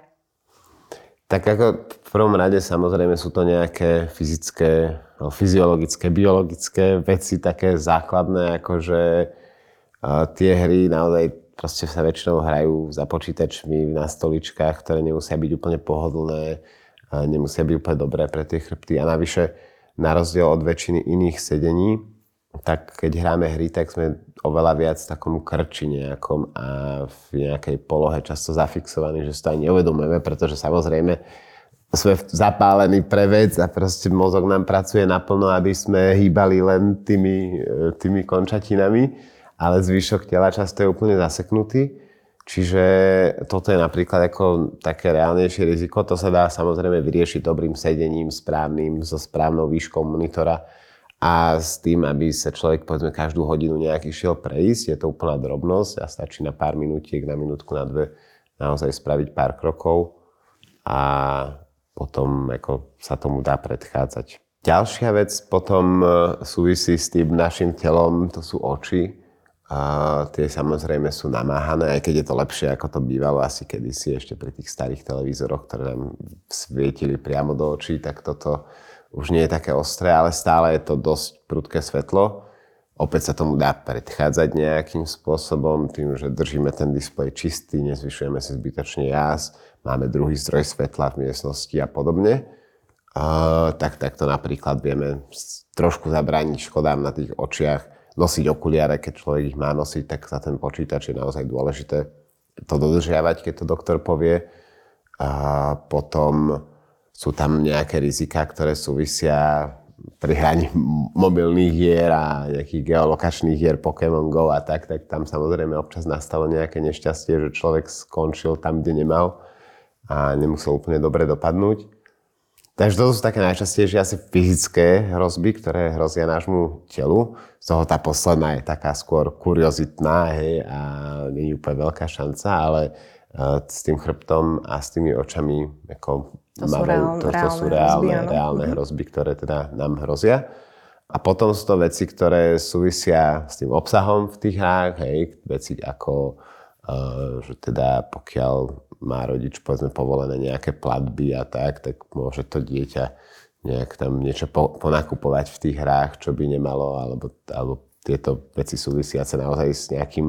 Tak ako v prvom rade samozrejme sú to nejaké fyzické, fyziologické, biologické veci, také základné, akože tie hry naozaj proste sa väčšinou hrajú za počítačmi na stoličkách, ktoré nemusia byť úplne pohodlné, nemusia byť úplne dobré pre tie chrbty. A navyše, na rozdiel od väčšiny iných sedení, tak keď hráme hry, tak sme oveľa viac v takom krči nejakom a v nejakej polohe často zafixovaní, že si to aj neuvedomujeme, pretože samozrejme sme zapálení pre vec a proste mozog nám pracuje naplno, aby sme hýbali len tými končatinami. Ale zvyšok tela často je úplne zaseknutý. Čiže toto je napríklad ako také reálnejšie riziko. To sa dá samozrejme vyriešiť dobrým sedením, správnym, so správnou výškou monitora a s tým, aby sa človek povedzme každú hodinu nejak išiel prejsť. Je to úplná drobnosť a stačí na pár minútiek, na minútku, na dve naozaj spraviť pár krokov a potom ako sa tomu dá predchádzať. Ďalšia vec potom súvisí s tým našim telom, to sú oči. A tie samozrejme sú namáhané, aj keď je to lepšie, ako to bývalo asi kedysi ešte pri tých starých televízoroch, ktoré nám svietili priamo do očí, tak toto už nie je také ostré, ale stále je to dosť prudké svetlo. Opäť sa tomu dá predchádzať nejakým spôsobom, tým, že držíme ten displej čistý, nezvyšujeme si zbytočne jas, máme druhý zdroj svetla v miestnosti a podobne. Takto napríklad vieme trošku zabrániť škodám na tých očiach. Nosiť okuliare, keď človek ich má nosiť, tak za ten počítač je naozaj dôležité to dodržiavať, keď to doktor povie. A potom sú tam nejaké riziká, ktoré súvisia pri hraní mobilných hier a nejakých geolokačných hier Pokémon Go a tak tam samozrejme občas nastalo nejaké nešťastie, že človek skončil tam, kde nemal a nemusel úplne dobre dopadnúť. Takže to sú také najčastejšie asi fyzické hrozby, ktoré hrozia nášmu telu. Z toho tá posledná je taká skôr kuriozitná, hej, a nie je úplne veľká šanca, ale s tým chrbtom a s tými očami ako to sú reálne hrozby, ktoré teda nám hrozia. A potom sú to veci, ktoré súvisia s tým obsahom v tých hrách, hej, veci ako, že teda pokiaľ má rodič povedzme povolené nejaké platby a tak môže to dieťa nejak tam niečo ponakupovať v tých hrách, čo by nemalo, alebo tieto veci súvisiace naozaj s nejakým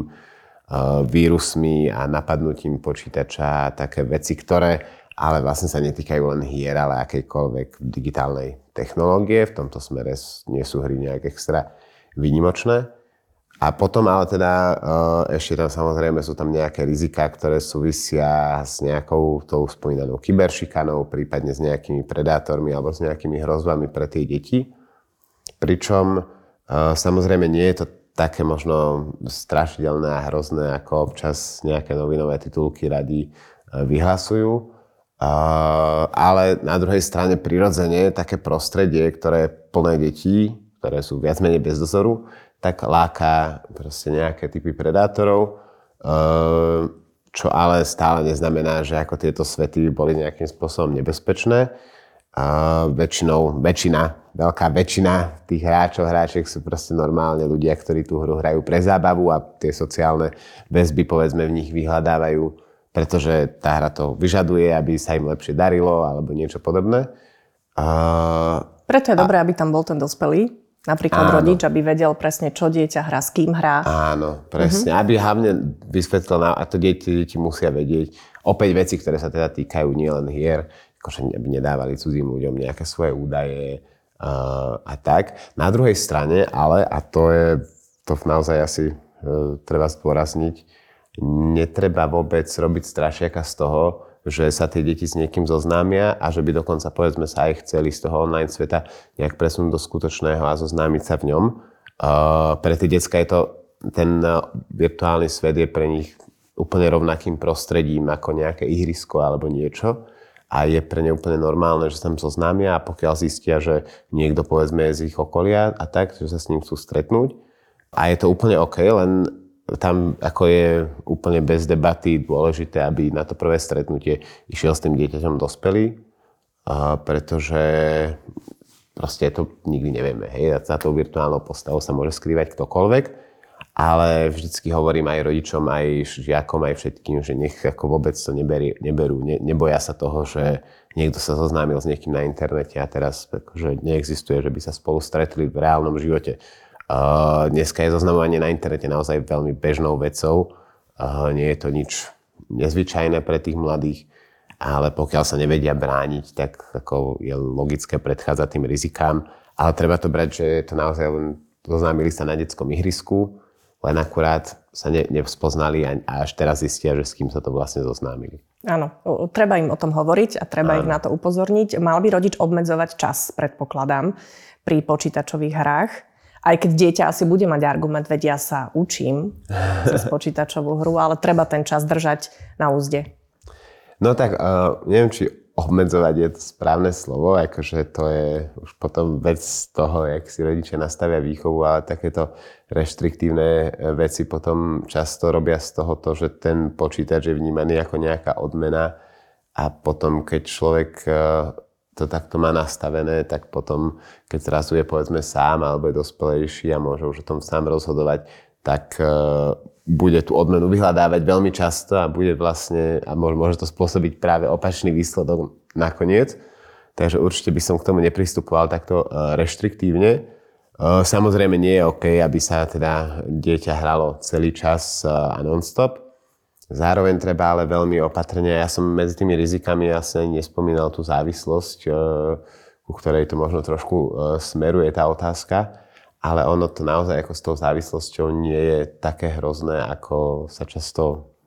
vírusmi a napadnutím počítača, také veci, ktoré ale vlastne sa netýkajú len hier, ale akejkoľvek digitálnej technológie. V tomto smere nie sú hry nejak extra výnimočné. A potom ale teda ešte tam samozrejme sú tam nejaké riziká, ktoré súvisia s nejakou tou spomínanou kyberšikanou, prípadne s nejakými predátormi alebo s nejakými hrozbami pre tie deti. Pričom samozrejme nie je to také možno strašidelné a hrozné, ako občas nejaké novinové titulky radi vyhlasujú. Ale na druhej strane prirodzene také prostredie, ktoré je plné detí, ktoré sú viac menej bez dozoru, tak láka proste nejaké typy predátorov, čo ale stále neznamená, že ako tieto svety boli nejakým spôsobom nebezpečné. Veľká väčšina tých hráčiek sú proste normálne ľudia, ktorí tú hru hrajú pre zábavu a tie sociálne väzby, povedzme, v nich vyhľadávajú, pretože tá hra to vyžaduje, aby sa im lepšie darilo alebo niečo podobné. Preto je dobré, aby tam bol ten dospelý. Napríklad rodič, aby vedel presne, čo dieťa hrá, s kým hrá. Áno, presne. Aby hlavne vysvetlil, a to deti musia vedieť, opäť veci, ktoré sa teda týkajú nielen hier, akože aby nedávali cudzím ľuďom nejaké svoje údaje a tak. Na druhej strane, ale, a to naozaj asi treba zdôrazniť, netreba vôbec robiť strašiaka z toho, že sa tie deti s niekým zoznámia a že by dokonca, povedzme, sa aj chceli z toho online sveta nejak presunúť do skutočného a zoznámiť sa v ňom. Pre tie decká je to, ten virtuálny svet je pre nich úplne rovnakým prostredím ako nejaké ihrisko alebo niečo a je pre ne úplne normálne, že sa tam zoznámia a pokiaľ zistia, že niekto, povedzme, je z ich okolia a tak, že sa s ním chcú stretnúť a je to úplne OK, len tam ako je úplne bez debaty dôležité, aby na to prvé stretnutie išiel s tým dieťaťom dospelý, pretože proste to nikdy nevieme. Hej? Za tou virtuálnou postavou sa môže skrývať ktokoľvek, ale vždycky hovorím aj rodičom, aj žiakom, aj všetkým, že nech ako vôbec to neberú, neboja sa toho, že niekto sa zoznámil s niekým na internete a teraz akože neexistuje, že by sa spolu stretli v reálnom živote. Dneska je zoznamovanie na internete naozaj veľmi bežnou vecou. Nie je to nič nezvyčajné pre tých mladých, ale pokiaľ sa nevedia brániť, tak ako je logické predchádzať tým rizikám. Ale treba to brať, že je to naozaj len zoznámili sa na detskom ihrisku, len akurát sa nevzpoznali a až teraz zistia, že s kým sa to vlastne zoznámili. Áno, treba im o tom hovoriť a treba ich na to upozorniť. Mal by rodič obmedzovať čas, predpokladám, pri počítačových hrách. Aj keď dieťa asi bude mať argument, veď ja sa učím cez počítačovú hru, ale treba ten čas držať na úzde. No tak, neviem, či obmedzovať je to správne slovo, akože to je už potom vec toho, jak si rodičia nastavia výchovu, ale takéto reštriktívne veci potom často robia z toho to, že ten počítač je vnímaný ako nejaká odmena a potom, keď človek to takto má nastavené, tak potom, keď zrazu je povedzme sám alebo je dospelejší a môže už o tom sám rozhodovať, tak bude tú odmenu vyhľadávať veľmi často a bude vlastne, a môže to spôsobiť práve opačný výsledok nakoniec. Takže určite by som k tomu nepristupoval takto reštriktívne. Samozrejme nie je OK, aby sa teda dieťa hralo celý čas a non-stop. Zároveň treba ale veľmi opatrne, ja som medzi tými rizikami asi nespomínal tú závislosť, ku ktorej to možno trošku smeruje tá otázka, ale ono to naozaj ako s tou závislosťou nie je také hrozné, ako sa často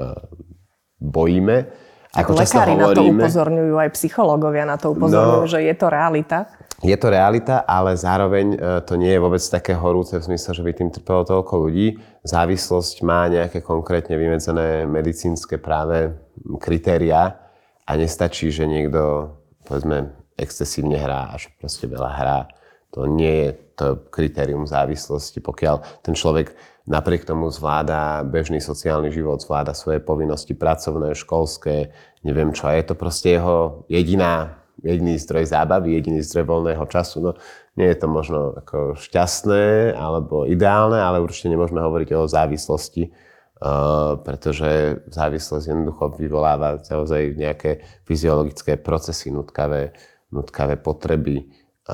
bojíme. Ako lekári na to upozorňujú, aj psychológovia na to upozorňujú, že je to realita. Je to realita, ale zároveň to nie je vôbec také horúce v zmysle, že by tým trpelo toľko ľudí. Závislosť má nejaké konkrétne vymedzené medicínske práve kritériá a nestačí, že niekto, povedzme, excesívne hrá a že proste veľa hrá. To nie je to kritérium závislosti. Pokiaľ ten človek napriek tomu zvláda bežný sociálny život, zvláda svoje povinnosti pracovné, školské, neviem čo, a je to proste jeho jediný zdroj zábavy, jediný zdroj voľného času. No, nie je to možno ako šťastné alebo ideálne, ale určite nemôžeme hovoriť o závislosti, pretože závislosť jednoducho vyvoláva naozaj nejaké fyziologické procesy, nutkavé potreby,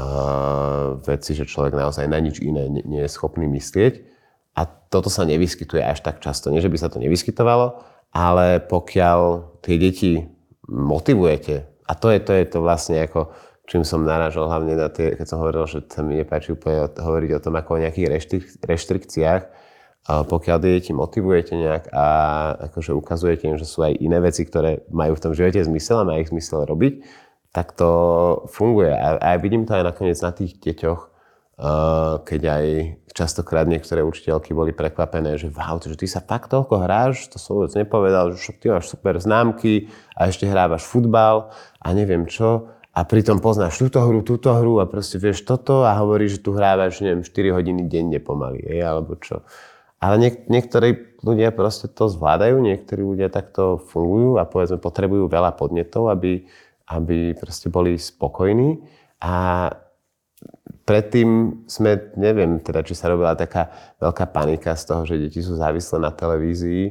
veci, že človek naozaj na nič iné nie je schopný myslieť. A toto sa nevyskytuje až tak často. Nie, že by sa to nevyskytovalo, ale pokiaľ tie deti motivujete, a to je to vlastne ako, čím som narážal hlavne na tie, keď som hovoril, že sa mi nepáči úplne hovoriť o tom ako o nejakých reštrikciách, pokiaľ deti motivujete nejak a akože ukazujete im, že sú aj iné veci, ktoré majú v tom živote zmysel a má ich zmysel robiť, tak to funguje. A vidím to aj nakoniec na tých deťoch, keď aj častokrát niektoré učiteľky boli prekvapené, že wow, že ty sa fakt toľko hráš, to som vôbec nepovedal, že ty máš super známky a ešte hrávaš futbal a neviem čo. A pritom poznáš túto hru a proste vieš toto a hovoríš, že tu hrávaš, neviem, 4 hodiny denne pomaly, alebo čo. Ale niektorí ľudia proste to zvládajú, niektorí ľudia takto fungujú a povedzme potrebujú veľa podnetov, aby proste boli spokojní. A predtým sme, neviem, teda, či sa robila taká veľká panika z toho, že deti sú závislé na televízii.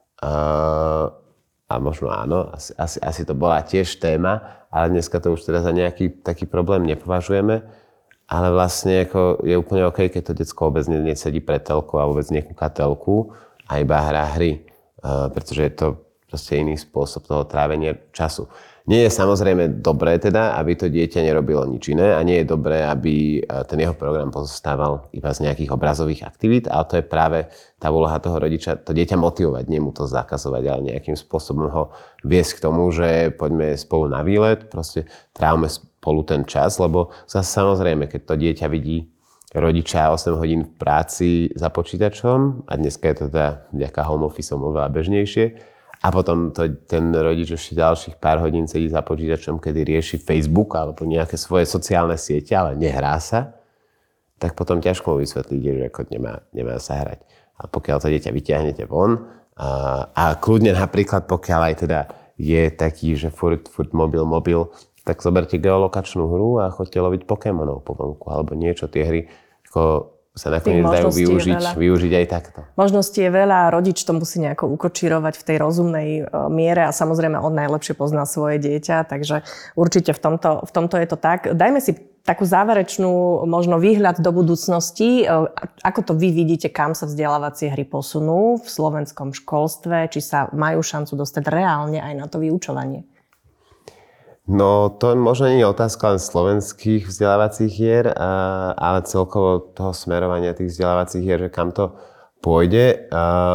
A možno áno, asi to bola tiež téma, ale dneska to už teda za nejaký taký problém nepovažujeme. Ale vlastne ako je úplne OK, keď to decko vôbec nesedí pred telkou a vôbec nekúka telku a iba hrá hry. Pretože je to proste iný spôsob toho trávenia času. Nie je samozrejme dobré teda, aby to dieťa nerobilo nič iné a nie je dobré, aby ten jeho program pozostával iba z nejakých obrazových aktivít, ale to je práve tá úloha toho rodiča, to dieťa motivovať, nie mu to zakazovať, ale nejakým spôsobom ho viesť k tomu, že poďme spolu na výlet, proste trávme spolu ten čas, lebo zase samozrejme, keď to dieťa vidí rodiča 8 hodín v práci za počítačom a dneska je to teda vďaka home officeom oveľa bežnejšie, a potom ten rodič ešte ďalších pár hodín sedí za počítačom, kedy rieši Facebook alebo nejaké svoje sociálne siete, ale nehrá sa, tak potom ťažko mu vysvetlíte, že ako nemá sa hrať. A pokiaľ to dieťa vyťahnete von a kľudne napríklad, pokiaľ aj teda je taký, že furt mobil, tak zoberte geolokačnú hru a choďte loviť Pokémonov po vonku alebo niečo. Tie hry ako sa nakoniec dajú využiť aj takto. Možností je veľa a rodič to musí nejako ukočírovať v tej rozumnej miere a samozrejme on najlepšie pozná svoje dieťa, takže určite v tomto je to tak. Dajme si takú záverečnú možno výhľad do budúcnosti. Ako to vy vidíte, kam sa vzdelávacie hry posunú v slovenskom školstve, či sa majú šancu dostať reálne aj na to vyučovanie? No to možno nie je otázka len slovenských vzdelávacích hier, ale celkovo toho smerovania tých vzdelávacích hier, že kam to pôjde.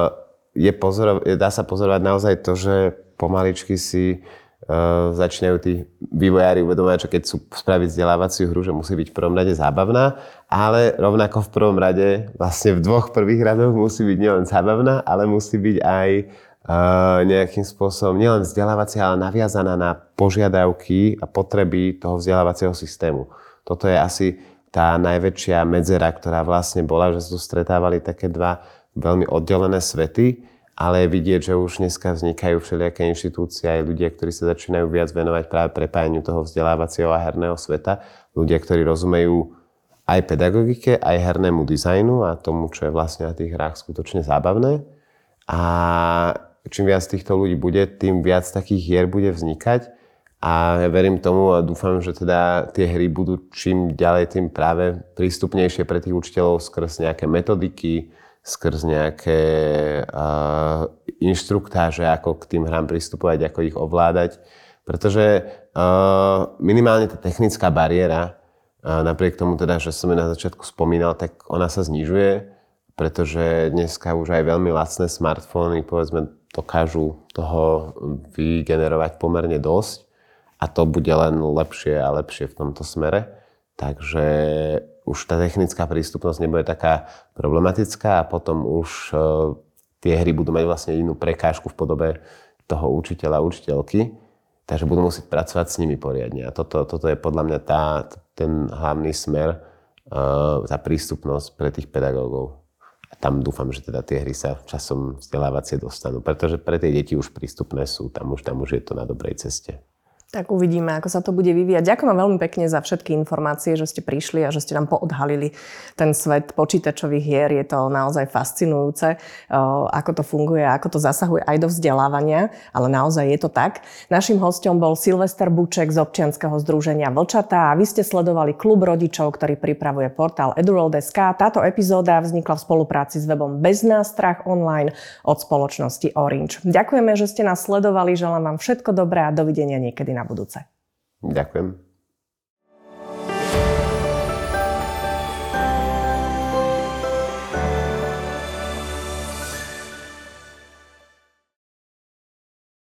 Dá sa pozorovať naozaj to, že pomaličky si začínajú tí vývojári uvedomovať, že keď sú spraviť vzdelávaciu hru, že musí byť v prvom rade zábavná, ale rovnako v prvom rade, vlastne v 2 prvých radoch musí byť nielen zábavná, ale musí byť aj nejakým spôsobom nielen vzdelávacia, ale naviazaná na požiadavky a potreby toho vzdelávacieho systému. Toto je asi tá najväčšia medzera, ktorá vlastne bola, že sa tu stretávali také dva veľmi oddelené svety, ale je vidieť, že už dneska vznikajú všelijaké inštitúcie aj ľudia, ktorí sa začínajú viac venovať práve prepájaniu toho vzdelávacieho a herného sveta. Ľudia, ktorí rozumejú aj pedagogike, aj hernému dizajnu a tomu, čo je vlastne na tých hrách skutočne zábavné. A čím viac týchto ľudí bude, tým viac takých hier bude vznikať. A ja verím tomu a dúfam, že teda tie hry budú čím ďalej tým práve prístupnejšie pre tých učiteľov skrz nejaké metodiky, skrz nejaké inštruktáže, ako k tým hrám pristupovať, ako ich ovládať. Pretože minimálne tá technická bariéra, napriek tomu teda, že som ju na začiatku spomínal, tak ona sa znižuje, pretože dneska už aj veľmi lacné smartfóny, povedzme, dokážu toho vygenerovať pomerne dosť a to bude len lepšie a lepšie v tomto smere. Takže už tá technická prístupnosť nebude taká problematická a potom už tie hry budú mať vlastne inú prekážku v podobe toho učiteľa a učiteľky, takže budú musieť pracovať s nimi poriadne. A toto je podľa mňa ten hlavný smer, tá prístupnosť pre tých pedagógov. A tam dúfam, že teda tie hry sa časom vzdelávacie dostanú, pretože pre tie deti už prístupné sú, tam už je to na dobrej ceste. Tak uvidíme, ako sa to bude vyvíjať. Ďakujem vám veľmi pekne za všetky informácie, že ste prišli a že ste nám poodhalili ten svet počítačových hier. Je to naozaj fascinujúce, ako to funguje, ako to zasahuje aj do vzdelávania, ale naozaj je to tak. Naším hosťom bol Silvester Buček z občianskeho združenia Vlčatá a vy ste sledovali klub rodičov, ktorý pripravuje portál Eduroll.sk. Táto epizóda vznikla v spolupráci s webom Bez nástrah online od spoločnosti Orange. Ďakujeme, že ste nás sledovali, želám vám všetko dobré a dovidenia niekedy na budúce. Ďakujem.